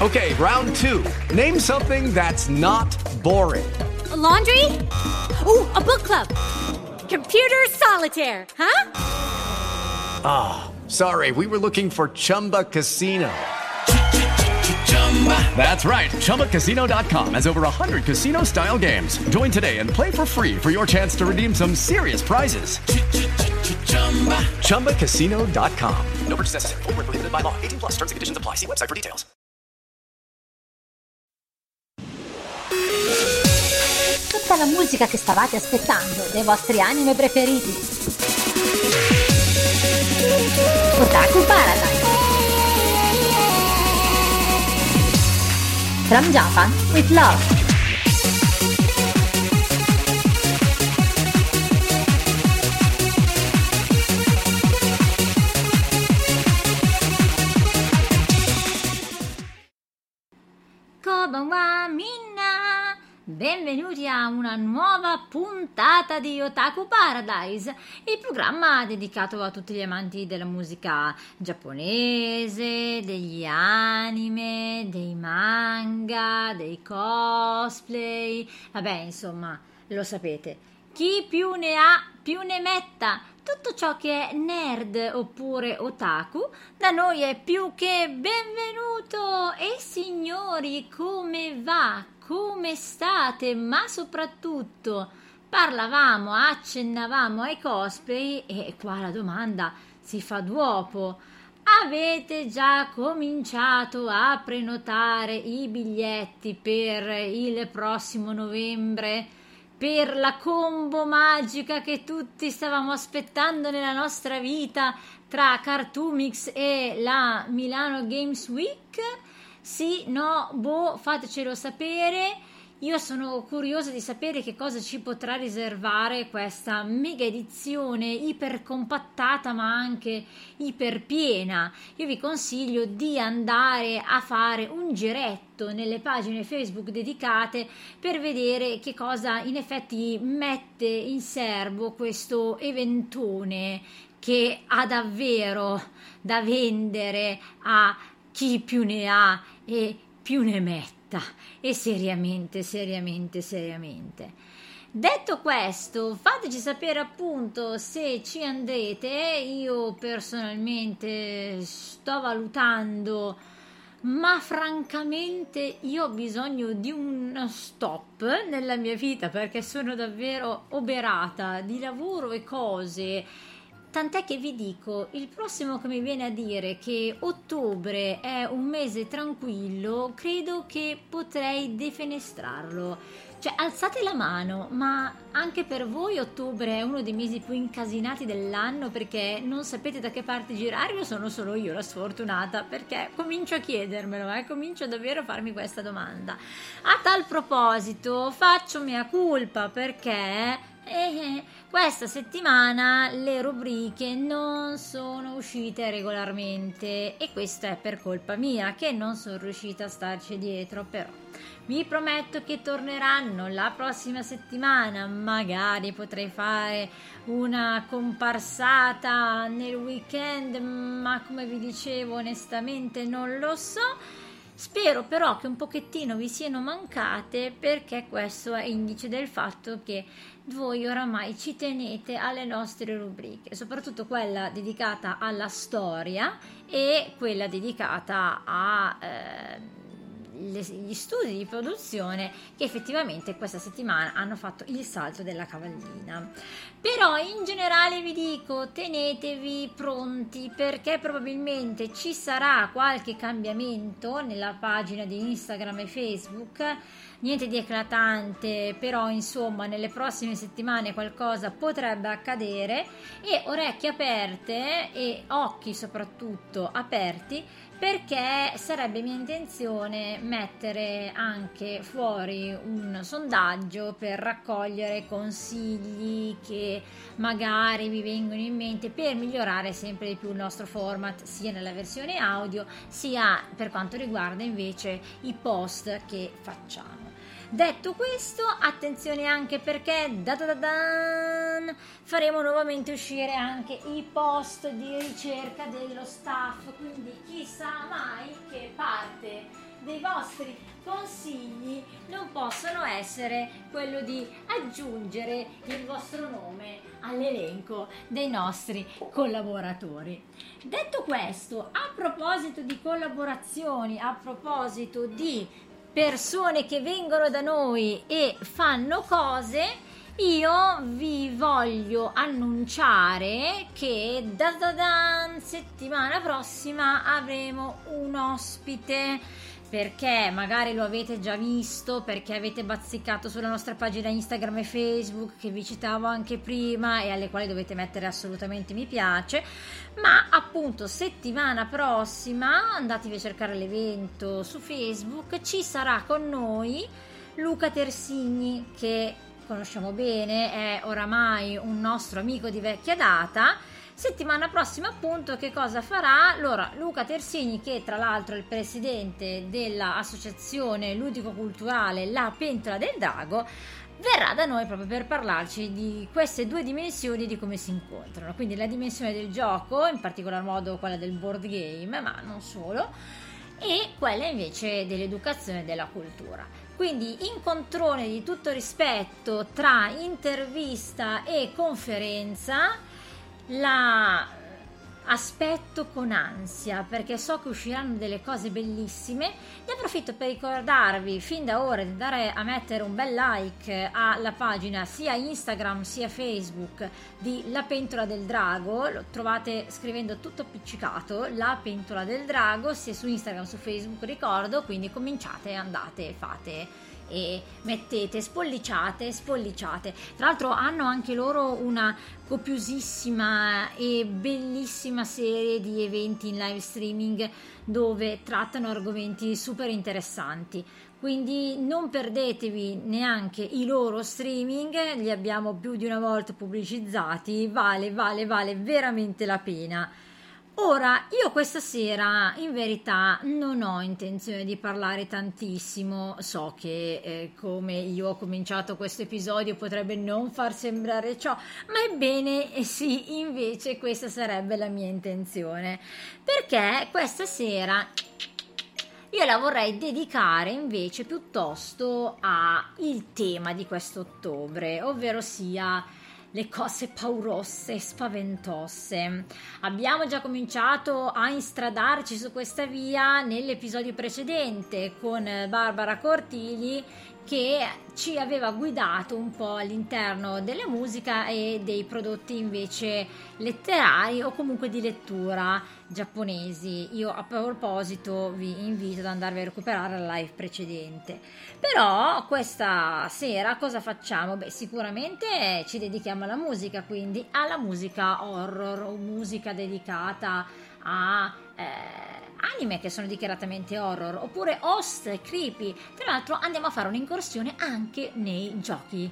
Okay, round two. Name something that's not boring. A laundry? Ooh, a book club. Computer solitaire, huh? Ah, sorry, we were looking for Chumba Casino. That's right, ChumbaCasino.com has over 100 casino-style games. Join today and play for free for your chance to redeem some serious prizes. ChumbaCasino.com. No purchase necessary. Void where prohibited by law. 18 plus terms and conditions apply. See website for details. Tutta la musica che stavate aspettando dei vostri anime preferiti. Otaku Paradise. From Japan with love. Konbanwa minna! Benvenuti a una nuova puntata di Otaku Paradise, il programma dedicato a tutti gli amanti della musica giapponese, degli anime, dei manga, dei cosplay, vabbè, insomma, lo sapete. Chi più ne ha, più ne metta. Tutto ciò che è nerd oppure otaku da noi è più che benvenuto. E signori, come va? Come state? Ma soprattutto accennavamo ai cosplay e qua la domanda si fa duopo. Avete già cominciato a prenotare i biglietti per il prossimo novembre? Per la combo magica che tutti stavamo aspettando nella nostra vita tra Cartoomix e la Milano Games Week? Sì, no, boh, fatecelo sapere. Io sono curiosa di sapere che cosa ci potrà riservare questa mega edizione ipercompattata ma anche iperpiena. Io vi consiglio di andare a fare un giretto nelle pagine Facebook dedicate per vedere che cosa in effetti mette in serbo questo eventone che ha davvero da vendere a chi più ne ha e più ne metta. E seriamente. Detto questo, fateci sapere appunto se ci andrete. Io personalmente sto valutando, ma francamente io ho bisogno di un stop nella mia vita perché sono davvero oberata di lavoro e cose. Tant'è che vi dico, il prossimo che mi viene a dire che ottobre è un mese tranquillo, credo che potrei defenestrarlo. Cioè, alzate la mano, ma anche per voi ottobre è uno dei mesi più incasinati dell'anno perché non sapete da che parte girarvi o sono solo io la sfortunata? Perché comincio a chiedermelo, comincio davvero a farmi questa domanda. A tal proposito, faccio mea culpa perché questa settimana le rubriche non sono uscite regolarmente e questo è per colpa mia che non sono riuscita a starci dietro, però vi prometto che torneranno la prossima settimana. Magari potrei fare una comparsata nel weekend, ma come vi dicevo onestamente non lo so. Spero però che un pochettino vi siano mancate perché questo è indice del fatto che voi oramai ci tenete alle nostre rubriche, soprattutto quella dedicata alla storia e quella dedicata a gli studi di produzione che effettivamente questa settimana hanno fatto il salto della cavallina. Però in generale vi dico, tenetevi pronti perché probabilmente ci sarà qualche cambiamento nella pagina di Instagram e Facebook. Niente di eclatante, però insomma nelle prossime settimane qualcosa potrebbe accadere e orecchie aperte e occhi soprattutto aperti perché sarebbe mia intenzione mettere anche fuori un sondaggio per raccogliere consigli che magari vi vengono in mente per migliorare sempre di più il nostro format sia nella versione audio sia per quanto riguarda invece i post che facciamo. Detto questo, attenzione anche perché faremo nuovamente uscire anche i post di ricerca dello staff, quindi chissà mai che parte dei vostri consigli non possono essere quello di aggiungere il vostro nome all'elenco dei nostri collaboratori. Detto questo, a proposito di collaborazioni, a proposito di persone che vengono da noi e fanno cose, io vi voglio annunciare che da settimana prossima avremo un ospite, perché magari lo avete già visto, perché avete bazzicato sulla nostra pagina Instagram e Facebook che vi citavo anche prima e alle quali dovete mettere assolutamente mi piace, ma appunto settimana prossima andatevi a cercare l'evento su Facebook, ci sarà con noi Luca Tersigni, che conosciamo bene, è oramai un nostro amico di vecchia data. Settimana prossima appunto che cosa farà? Allora, Luca Tersigni, che tra l'altro è il presidente dell'associazione ludico-culturale La Pentola del Drago, verrà da noi proprio per parlarci di queste due dimensioni, di come si incontrano, quindi la dimensione del gioco, in particolar modo quella del board game, ma non solo, e quella invece dell'educazione e della cultura. Quindi incontrone di tutto rispetto tra intervista e conferenza. La aspetto con ansia perché so che usciranno delle cose bellissime. Ne approfitto per ricordarvi fin da ora di andare a mettere un bel like alla pagina sia Instagram sia Facebook di La Pentola del Drago. Lo trovate scrivendo tutto appiccicato, La Pentola del Drago, sia su Instagram, su Facebook, ricordo. Quindi cominciate, andate, fate e mettete, spolliciate. Tra l'altro hanno anche loro una copiosissima e bellissima serie di eventi in live streaming dove trattano argomenti super interessanti, quindi non perdetevi neanche i loro streaming, li abbiamo più di una volta pubblicizzati, vale veramente la pena. Ora, io questa sera in verità non ho intenzione di parlare tantissimo, so che come io ho cominciato questo episodio potrebbe non far sembrare ciò, ma ebbene sì, invece questa sarebbe la mia intenzione, perché questa sera io la vorrei dedicare invece piuttosto al tema di quest'ottobre, ovvero sia le cose paurose e spaventose. Abbiamo già cominciato a instradarci su questa via nell'episodio precedente con Barbara Cortili, che ci aveva guidato un po' all'interno della musica e dei prodotti invece letterari o comunque di lettura giapponesi. Io a proposito vi invito ad andarvi a recuperare la live precedente. Però questa sera cosa facciamo? Beh, sicuramente ci dedichiamo alla musica, quindi alla musica horror o musica dedicata a anime che sono dichiaratamente horror, oppure host creepy. Tra l'altro andiamo a fare un'incursione anche nei giochi,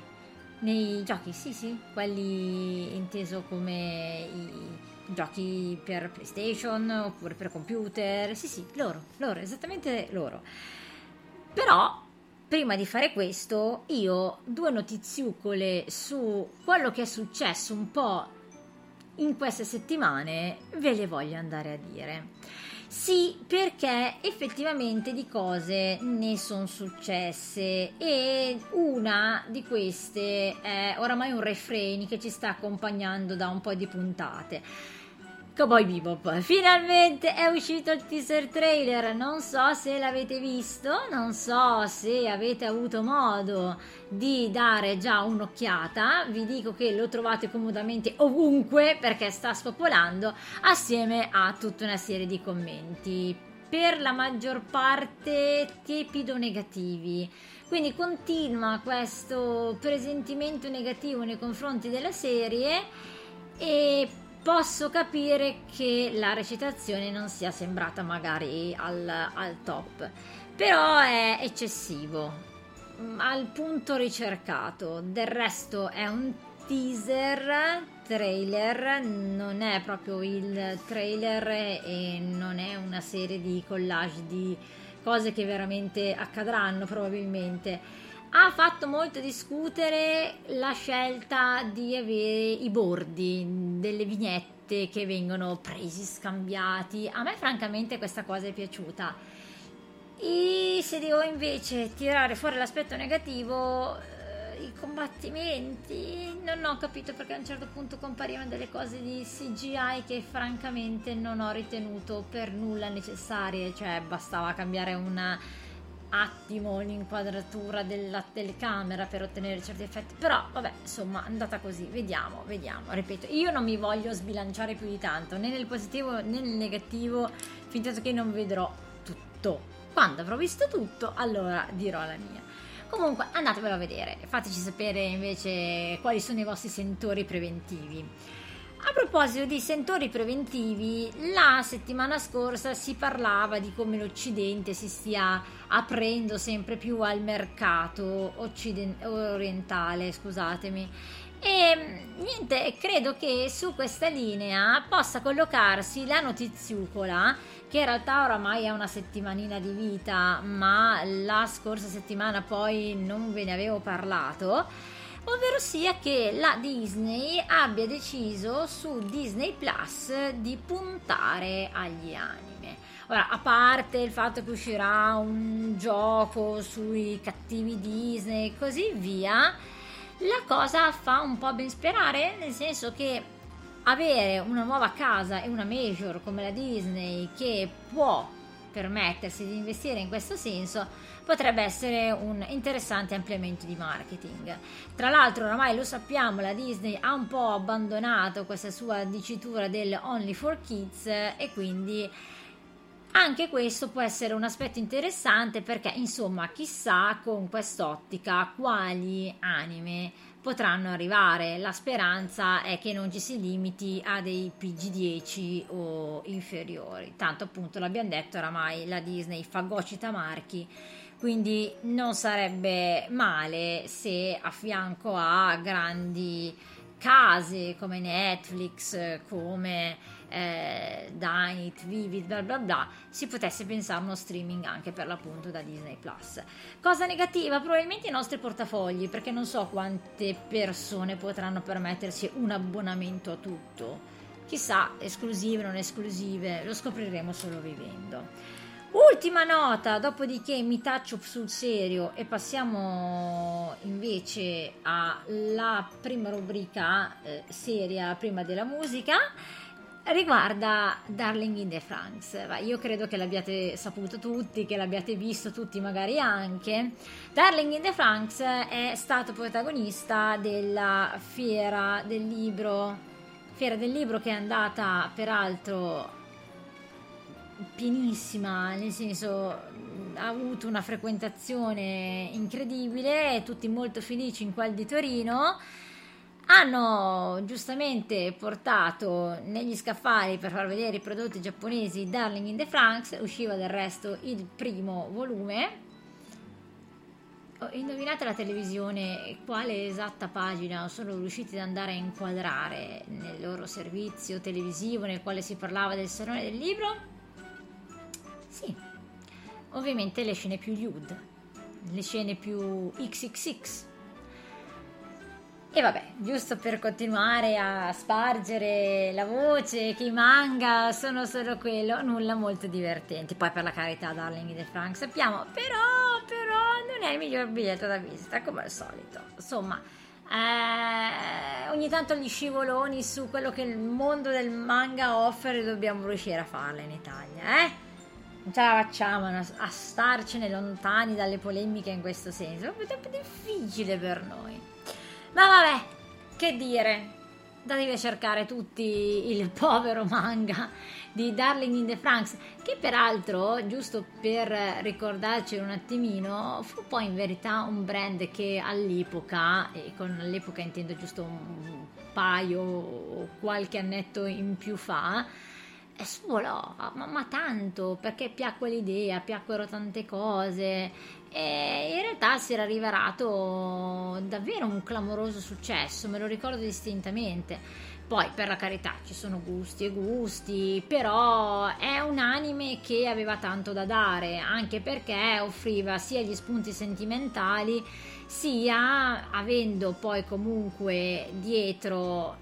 sì, quelli inteso come i giochi per PlayStation oppure per computer, sì, loro, esattamente loro. Però prima di fare questo io due notiziucole su quello che è successo un po' in queste settimane ve le voglio andare a dire. Sì, perché effettivamente di cose ne sono successe e una di queste è oramai un refrain che ci sta accompagnando da un po' di puntate. Cowboy Bebop, finalmente è uscito il teaser trailer, non so se l'avete visto, non so se avete avuto modo di dare già un'occhiata, vi dico che lo trovate comodamente ovunque perché sta spopolando assieme a tutta una serie di commenti, per la maggior parte tiepido negativi, quindi continua questo presentimento negativo nei confronti della serie e posso capire che la recitazione non sia sembrata magari al top, però è eccessivo, al punto ricercato. Del resto è un trailer, non è proprio il trailer e non è una serie di collage di cose che veramente accadranno probabilmente. Ha fatto molto discutere la scelta di avere i bordi delle vignette che vengono presi, scambiati. A me francamente questa cosa è piaciuta. E se devo invece tirare fuori l'aspetto negativo, i combattimenti, non ho capito perché a un certo punto comparivano delle cose di CGI che francamente non ho ritenuto per nulla necessarie, cioè bastava cambiare un attimo l'inquadratura della telecamera per ottenere certi effetti, però vabbè, insomma, è andata così, vediamo, ripeto, io non mi voglio sbilanciare più di tanto, né nel positivo né nel negativo, fin tanto che non vedrò tutto. Quando avrò visto tutto, allora dirò la mia. Comunque andatevelo a vedere, fateci sapere invece quali sono i vostri sentori preventivi. A proposito di sentori preventivi, la settimana scorsa si parlava di come l'Occidente si stia aprendo sempre più al mercato orientale, scusatemi. E niente, credo che su questa linea possa collocarsi la notiziucola, che in realtà oramai ha una settimanina di vita, ma la scorsa settimana poi non ve ne avevo parlato, ovvero sia che la Disney abbia deciso su Disney Plus di puntare agli anime. Ora, a parte il fatto che uscirà un gioco sui cattivi Disney e così via, la cosa fa un po' ben sperare, nel senso che avere una nuova casa e una major come la Disney che può permettersi di investire in questo senso potrebbe essere un interessante ampliamento di marketing. Tra l'altro oramai lo sappiamo, la Disney ha un po' abbandonato questa sua dicitura del only for kids e quindi anche questo può essere un aspetto interessante, perché insomma chissà con quest'ottica quali anime potranno arrivare. La speranza è che non ci si limiti a dei PG-10 o inferiori, tanto appunto l'abbiamo detto, oramai la Disney fagocita marchi, quindi non sarebbe male se a fianco a grandi case come Netflix, come Dynit, Vivid, bla bla bla, si potesse pensare a uno streaming anche per l'appunto da Disney Plus. Cosa negativa? Probabilmente i nostri portafogli, perché non so quante persone potranno permettersi un abbonamento a tutto. Chissà, esclusive o non esclusive, lo scopriremo solo vivendo. Ultima nota, dopodiché mi taccio sul serio e passiamo invece alla prima rubrica seria prima della musica. Riguarda Darling in the Franxx. Io credo che l'abbiate saputo tutti, che l'abbiate visto tutti magari anche. Darling in the Franxx è stato protagonista della Fiera del Libro che è andata peraltro pienissima, nel senso ha avuto una frequentazione incredibile, tutti molto felici in quel di Torino. Hanno giustamente portato negli scaffali per far vedere i prodotti giapponesi Darling in the Franxx, usciva del resto il primo volume. Indovinate la televisione quale esatta pagina sono riusciti ad andare a inquadrare nel loro servizio televisivo nel quale si parlava del Salone del Libro? Sì, ovviamente le scene più lewd, le scene più XXX. E vabbè, giusto per continuare a spargere la voce che i manga sono solo quello, nulla molto divertenti. Poi per la carità Darling in the Franxx sappiamo, però non è il miglior biglietto da visita come al solito. Insomma, ogni tanto gli scivoloni su quello che il mondo del manga offre dobbiamo riuscire a farla in Italia, non ce la facciamo a starcene lontani dalle polemiche in questo senso, è troppo difficile per noi. Ma vabbè, che dire, datevi a cercare tutti il povero manga di Darling in the Franxx, che peraltro, giusto per ricordarci un attimino, fu poi in verità un brand che all'epoca, e con l'epoca intendo giusto un paio o qualche annetto in più fa, svolò, ma tanto, perché piacque l'idea, piacquero tante cose e in realtà si era rivelato davvero un clamoroso successo, me lo ricordo distintamente. Poi per la carità ci sono gusti e gusti, però è un anime che aveva tanto da dare, anche perché offriva sia gli spunti sentimentali sia avendo poi comunque dietro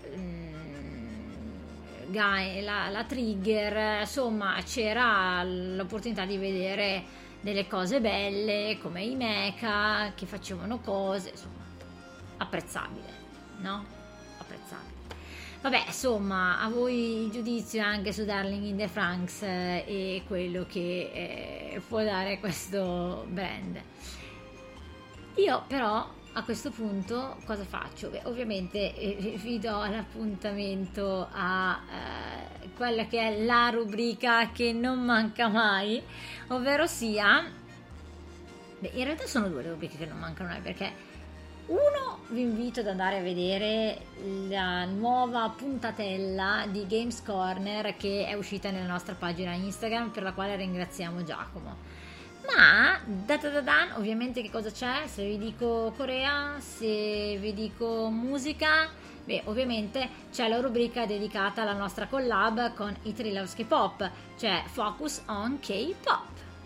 la trigger, insomma c'era l'opportunità di vedere delle cose belle come i mecha che facevano cose, insomma, apprezzabile, no? Apprezzabile. Vabbè, insomma, a voi il giudizio anche su Darling in the Franxx e quello che può dare questo brand. Io però a questo punto cosa faccio? Beh, ovviamente vi do l'appuntamento a quella che è la rubrica che non manca mai, ovvero sia, in realtà sono due le rubriche che non mancano mai, perché uno, vi invito ad andare a vedere la nuova puntatella di Games Corner che è uscita nella nostra pagina Instagram, per la quale ringraziamo Giacomo. Ma ovviamente che cosa c'è? Se vi dico Corea, se vi dico musica, beh, ovviamente c'è la rubrica dedicata alla nostra collab con Italy Loves K-Pop, cioè Focus on K-Pop.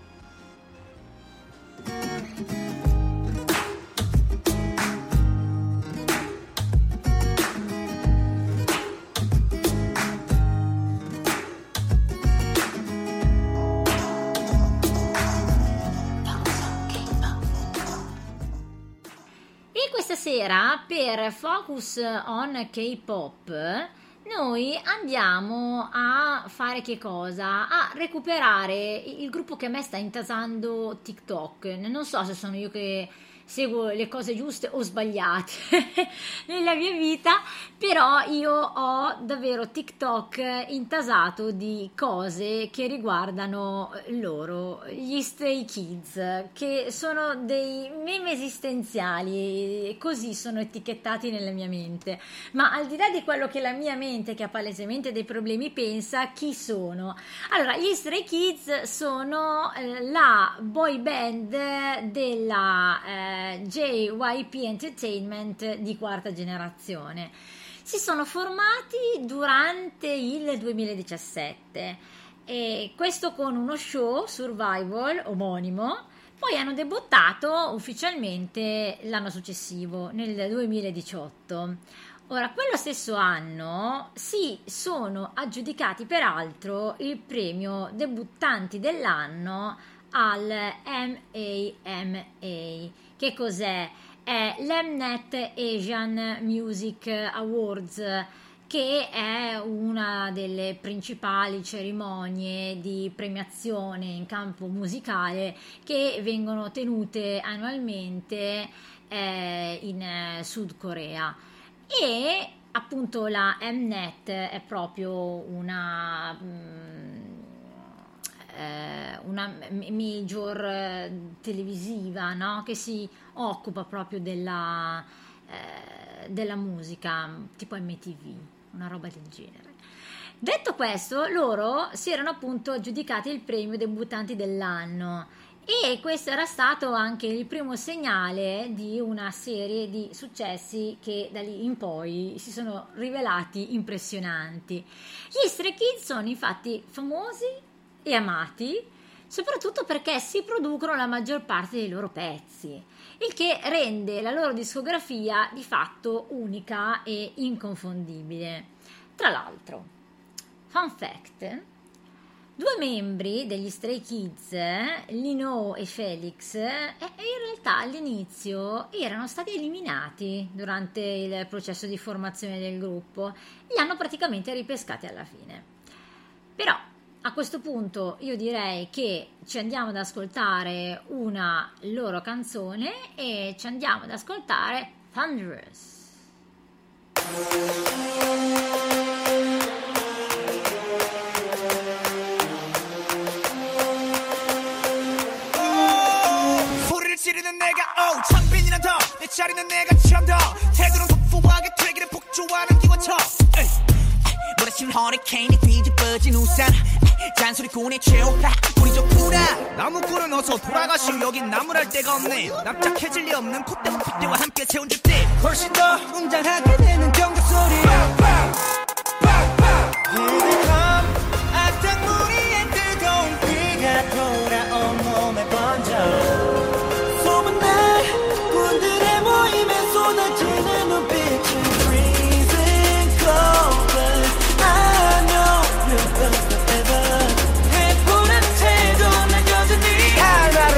Sera per Focus on K-Pop noi andiamo a fare che cosa? A recuperare il gruppo che a me sta intasando TikTok. Non so se sono io che seguo le cose giuste o sbagliate nella mia vita, però io ho davvero TikTok intasato di cose che riguardano loro, gli Stray Kids, che sono dei meme esistenziali, così sono etichettati nella mia mente. Ma al di là di quello che la mia mente, che ha palesemente dei problemi, pensa, chi sono? Allora, gli Stray Kids sono la boy band della JYP Entertainment di quarta generazione. Si sono formati durante il 2017 e questo con uno show Survival omonimo. Poi hanno debuttato ufficialmente l'anno successivo, nel 2018. Ora, quello stesso anno si sono aggiudicati peraltro il premio debuttanti dell'anno al MAMA. Che cos'è? È l'Mnet Asian Music Awards, che è una delle principali cerimonie di premiazione in campo musicale che vengono tenute annualmente in Sud Corea. E appunto la Mnet è proprio una major televisiva, no? Che si occupa proprio della musica, tipo MTV, una roba del genere. Detto questo, loro si erano appunto aggiudicati il premio debuttanti dell'anno e questo era stato anche il primo segnale di una serie di successi che da lì in poi si sono rivelati impressionanti. Gli Stray Kids sono infatti famosi e amati soprattutto perché si producono la maggior parte dei loro pezzi, il che rende la loro discografia di fatto unica e inconfondibile. Tra l'altro, fun fact, due membri degli Stray Kids, Lino e Felix, in realtà all'inizio erano stati eliminati durante il processo di formazione del gruppo, li hanno praticamente ripescati alla fine. Però a questo punto io direi che ci andiamo ad ascoltare una loro canzone e ci andiamo ad ascoltare Thunderous. 소리를 지르는 내가 창빈이란 더내 자리는 내가 참 더 태도는 폭포하게 되기를 폭주하는 기관총 몰아친 허리케인이 뒤집어진 우산 잔소리꾼의 최후라 우리 좋구나 나무꾼은 어서 돌아가시오 여긴 나무랄 데가 없네 납작해질 리 없는 콧대와 핏대와 함께 세운 집들 훨씬 더 웅장하게 되는 경적소리 악당무리의 뜨거운 피가 돌아온 몸에 번져 소문난 군들의 모임에 쏟아지는 눈빛은 freezing cold but I know you're gonna forever 해보는 태도 난 여전히 알아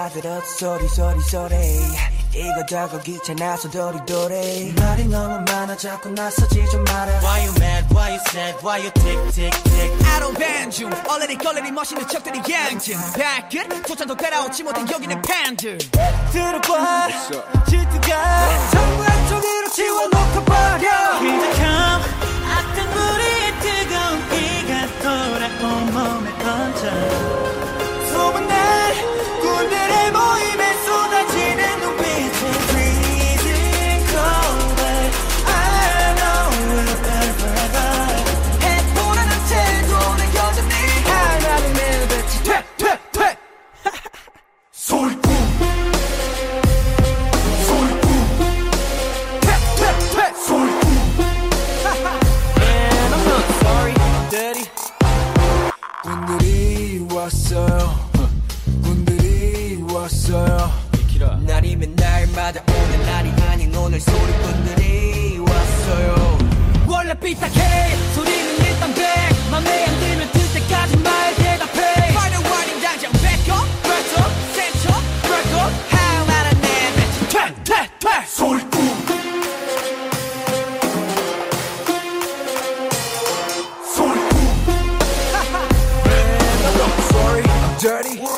누가 들어도 소리 이거저거 귀찮아서 도리도리 말이 너무 많아 자꾸 나서지 좀 마라 Why you mad, why you sad, why you tick I don't ban 중 얼레리 걸레리 멋있는 척들이 양진 발끝 도찬도 따라오지 못한 여기는 팬들 들어봐 질투가 전부 한쪽으로 지워놓고 버려 휘적함 악한 불이 뜨거운 피가 돌아온 몸에 던져 소문난 군대의 모임에 쏟아지는 눈빛에 Freezing cold but I know we'll burn forever 해보라는 채도 난 여전히 하나를 내뱉지 퇴 솔꿈 퇴 솔꿈 And I'm not sorry daddy 군들이 왔어요 군들이 왔어요 날이면 날마다 오는 날이 아닌 오늘 소리꾼들이 왔어요 원래 삐딱해 소리는 일단 백 맘에 안 들면 들 때까지 말 대답해 Final warning 당장 back up back up stand up back up 하나를 내뱉지 퇴 소리꾼 소리꾼 I'm sorry I'm dirty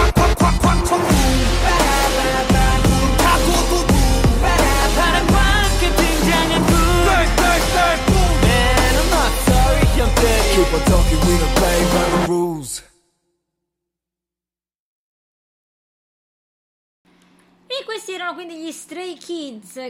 Keep on talking, we don't play by the rules. E questi erano quindi gli Stray Kids.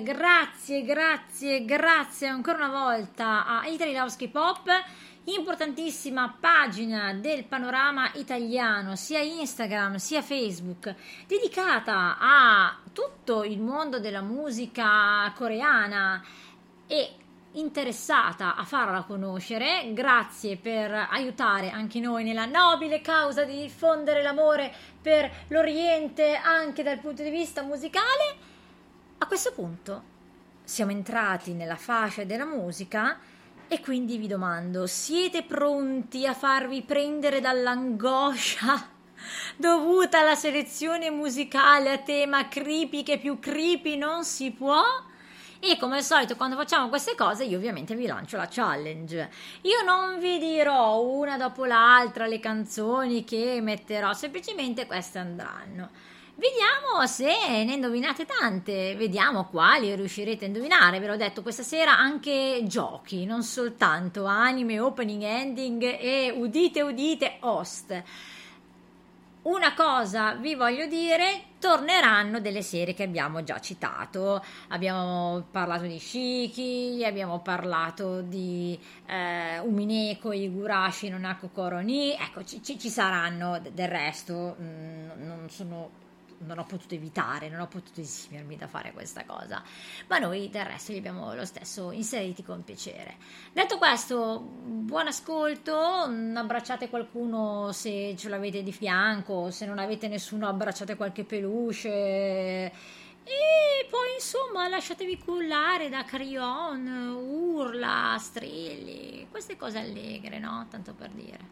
Grazie ancora una volta a Italy Loves K-Pop, importantissima pagina del panorama italiano, sia Instagram sia Facebook, dedicata a tutto il mondo della musica coreana e interessata a farla conoscere. Grazie per aiutare anche noi nella nobile causa di diffondere l'amore per l'Oriente anche dal punto di vista musicale. A questo punto siamo entrati nella fascia della musica e quindi vi domando: siete pronti a farvi prendere dall'angoscia dovuta alla selezione musicale a tema creepy, che più creepy non si può? E come al solito quando facciamo queste cose io ovviamente vi lancio la challenge. Io non vi dirò una dopo l'altra le canzoni che metterò, semplicemente queste andranno. Vediamo se ne indovinate tante, vediamo quali riuscirete a indovinare. Ve l'ho detto, questa sera anche giochi, non soltanto anime, opening, ending e udite host. Una cosa vi voglio dire: torneranno delle serie che abbiamo già citato. Abbiamo parlato di Shiki, abbiamo parlato di Umineko, Higurashi no Naku Koroni. Ecco, ci saranno. Del resto non ho potuto evitare, non ho potuto esimermi da fare questa cosa, ma noi del resto li abbiamo lo stesso inseriti con piacere. Detto questo, buon ascolto, abbracciate qualcuno se ce l'avete di fianco, se non avete nessuno abbracciate qualche peluche e poi insomma lasciatevi cullare da Carillon, urla, strilli, queste cose allegre, no? Tanto per dire.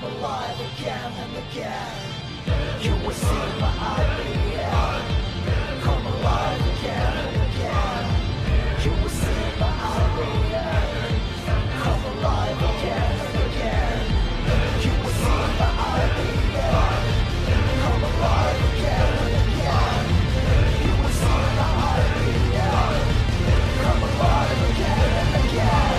alive again and again. You will see my IBM come alive again and again. You will see my IBM come alive again and again. You will see my IBM come alive again and again. You will see my IBM come alive again and again.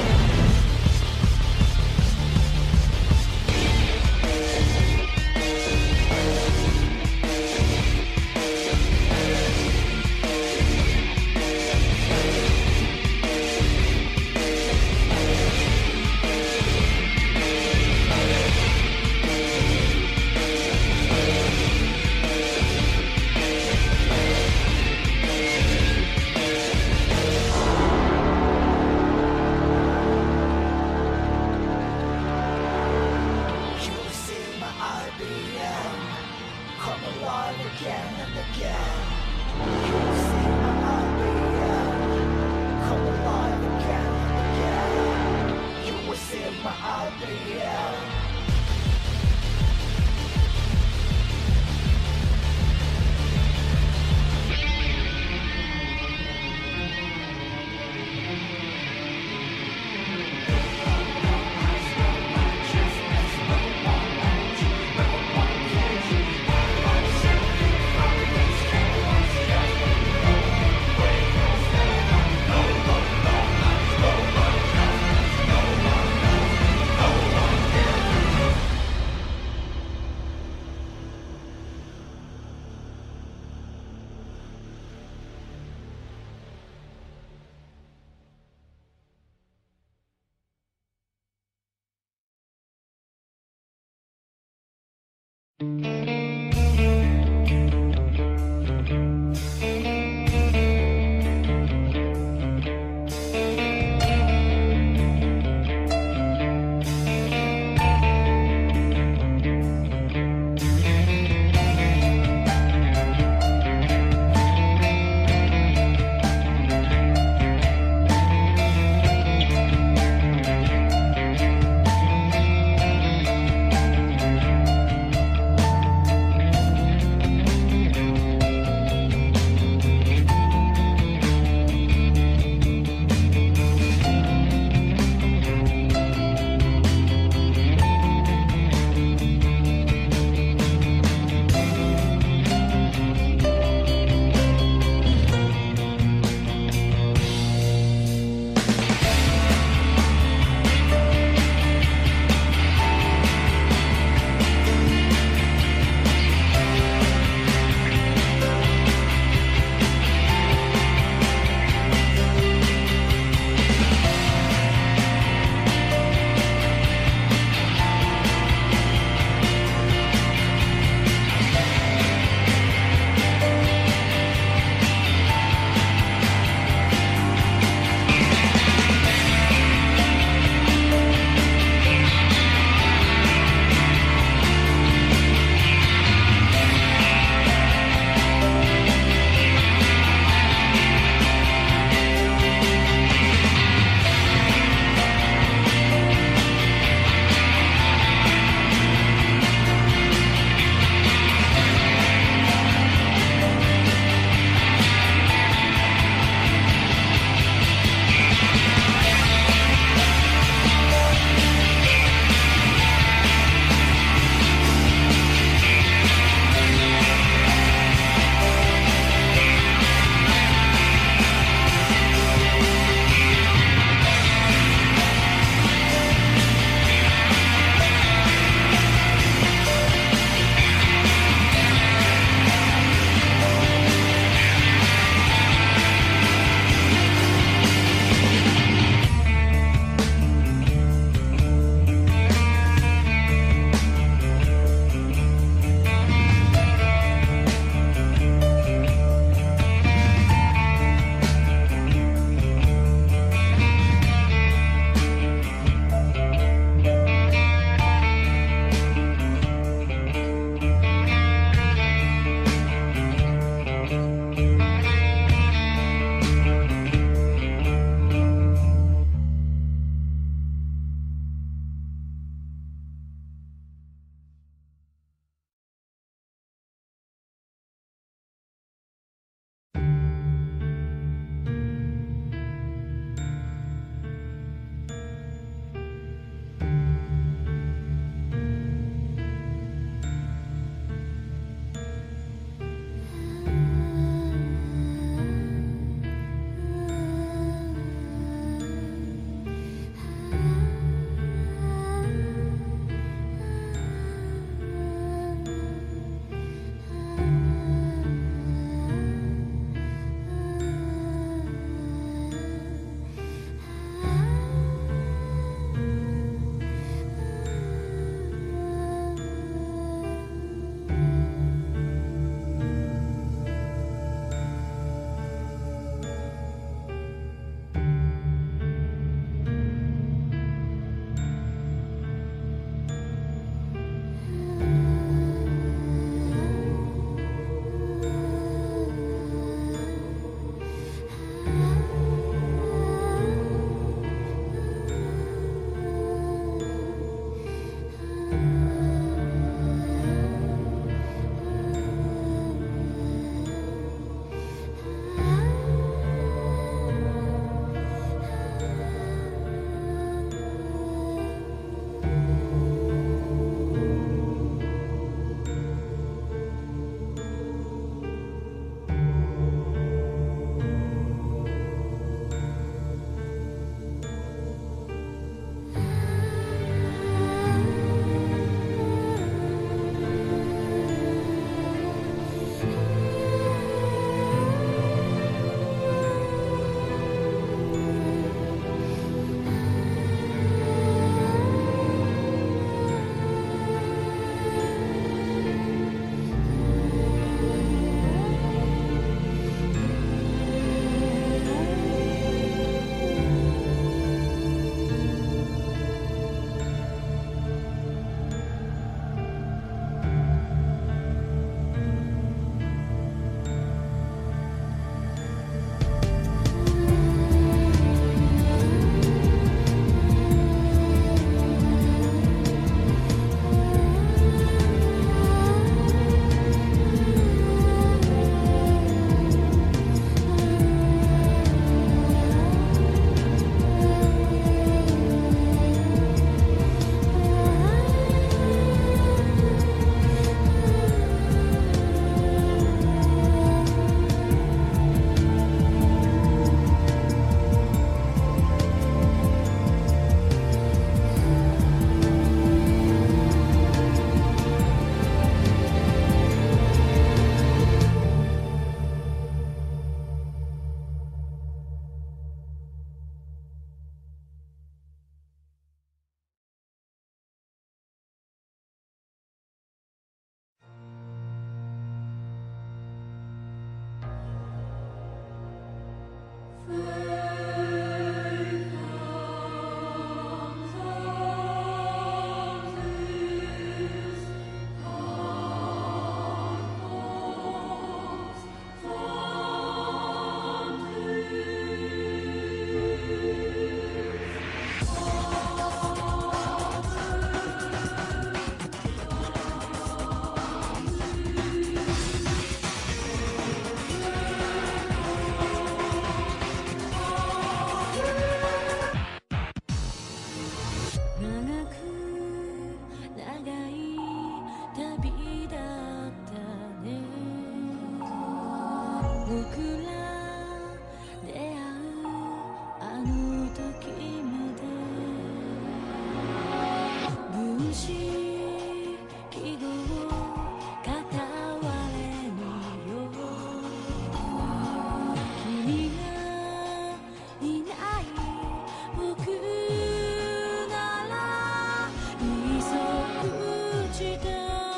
した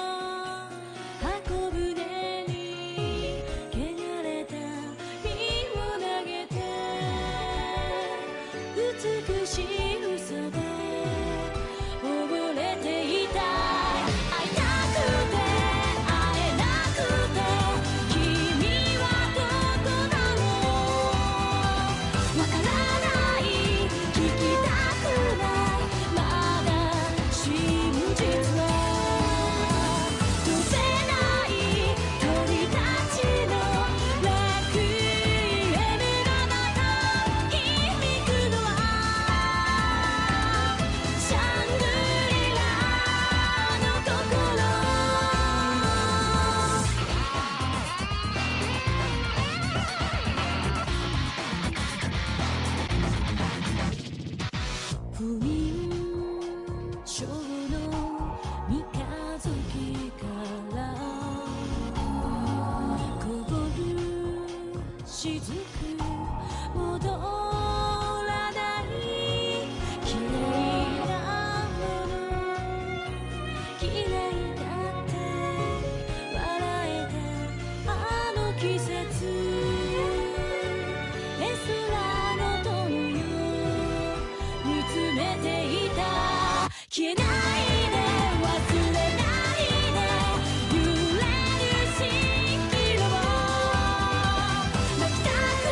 箱舟に汚れた身を投げて美しい嘘で溺れていた会いたくて会えなくて君はどこなのわからない聞きたくないまだ真実は飛べない鳥たちの楽園がまた響くのはシャングリラの心不眠症の三日月からこぼる雫戻らない綺麗なもの綺麗だって笑えたあの季節レスラーの友よ見つめていた消えないで忘れないで揺れる蜃気楼泣きたく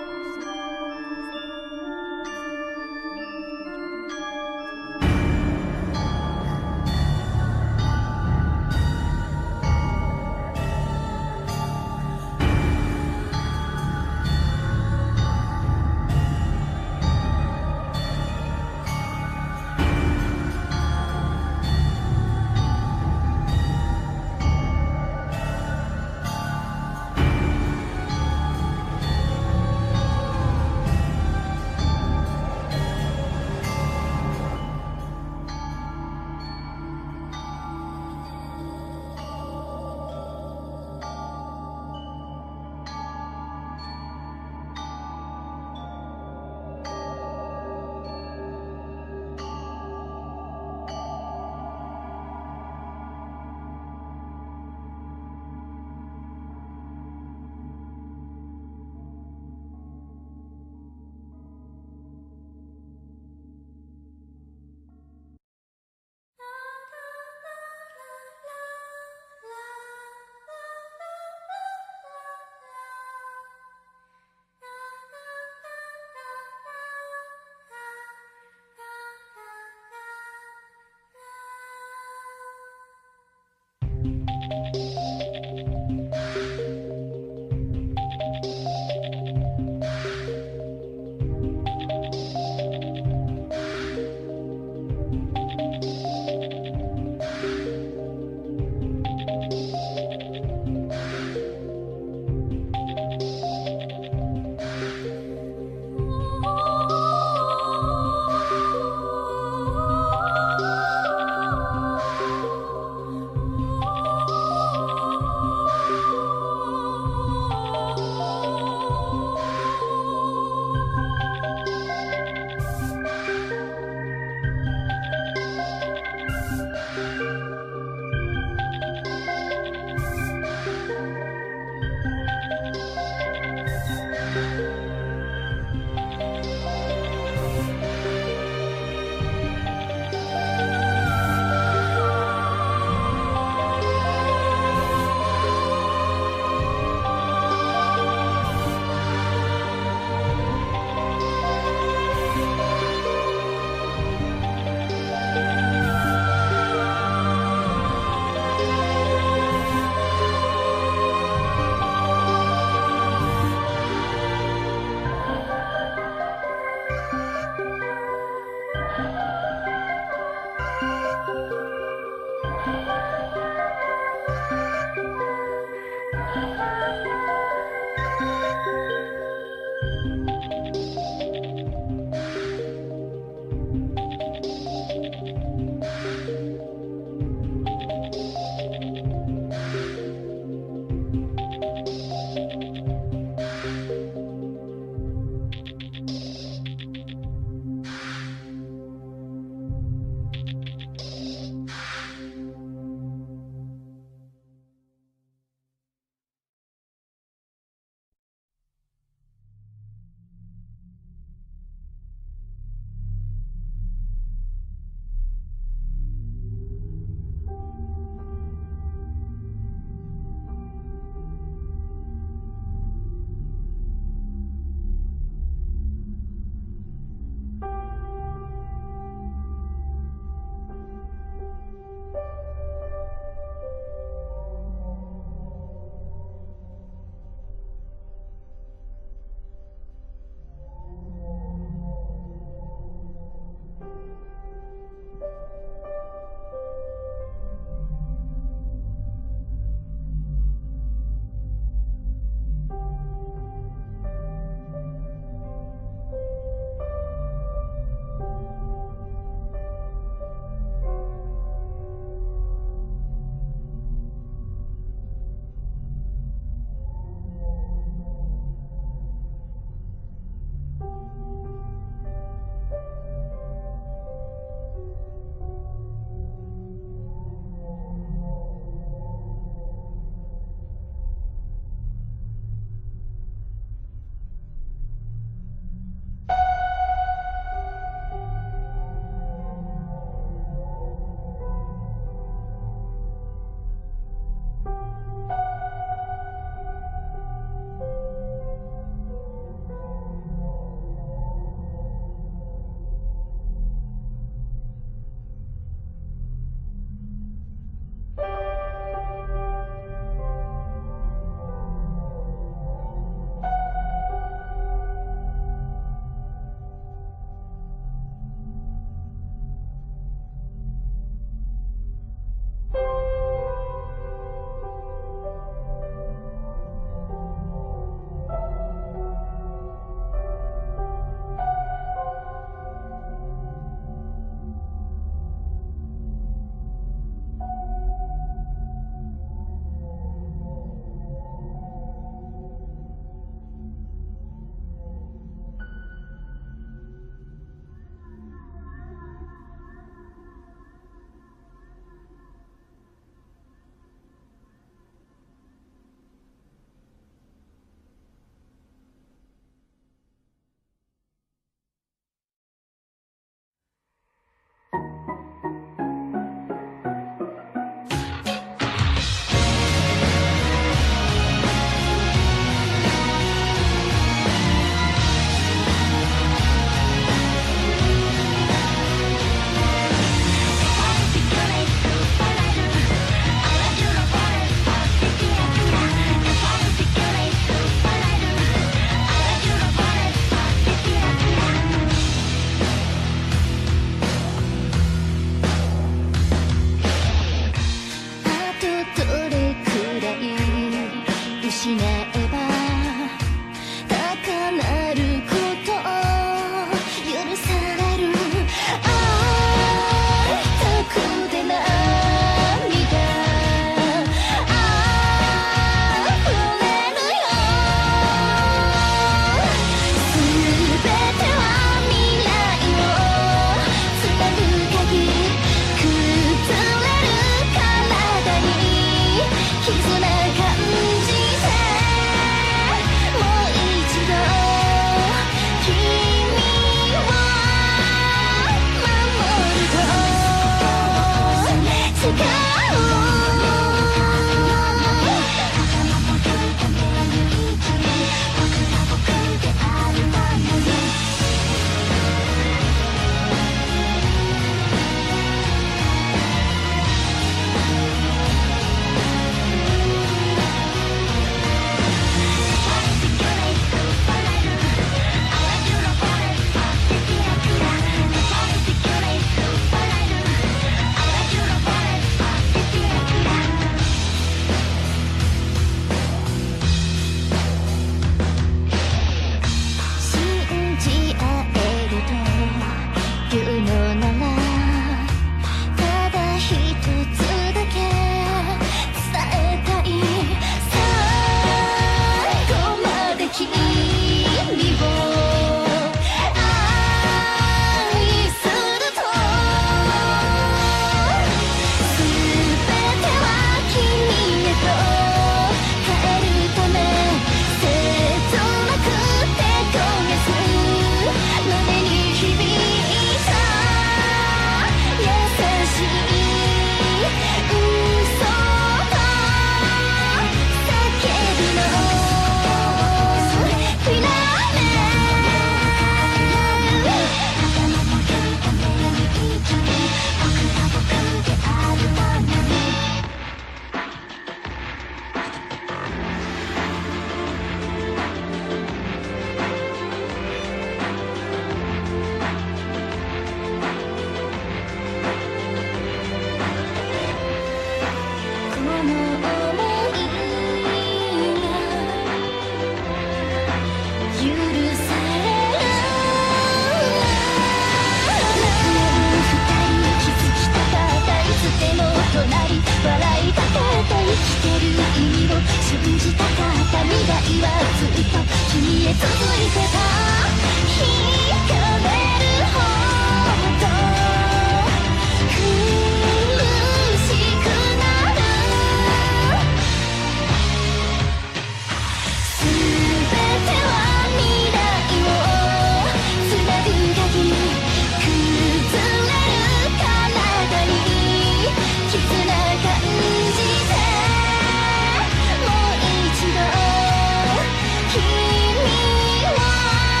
君は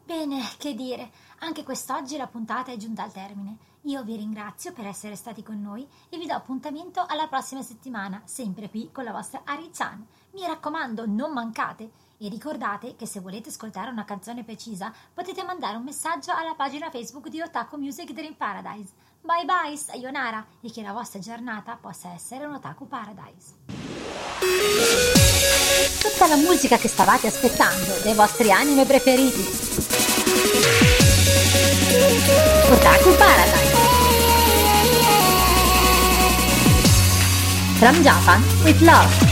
Bene, che dire, anche quest'oggi la puntata è giunta al termine. Io vi ringrazio per essere stati con noi e vi do appuntamento alla prossima settimana, sempre qui con la vostra Ari-chan. Mi raccomando, non mancate! E ricordate che se volete ascoltare una canzone precisa potete mandare un messaggio alla pagina Facebook di Otaku Music Dream Paradise. Bye bye, sayonara, e che la vostra giornata possa essere un Otaku Paradise. Tutta la musica che stavate aspettando dei vostri anime preferiti. Otaku Paradise. From Japan with love.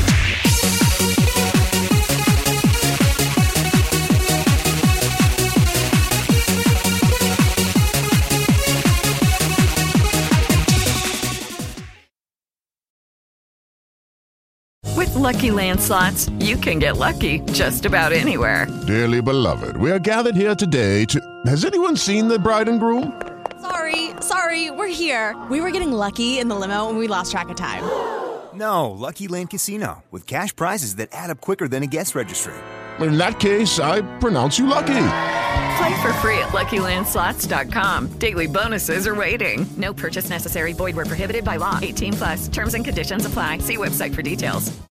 With Lucky Land Slots, you can get lucky just about anywhere. Dearly beloved, we are gathered here today to... Has anyone seen the bride and groom? Sorry, we're here. We were getting lucky in the limo and we lost track of time. No, Lucky Land Casino, with cash prizes that add up quicker than a guest registry. In that case, I pronounce you lucky. Play for free at LuckyLandSlots.com. Daily bonuses are waiting. No purchase necessary. Void where prohibited by law. 18+. Terms and conditions apply. See website for details.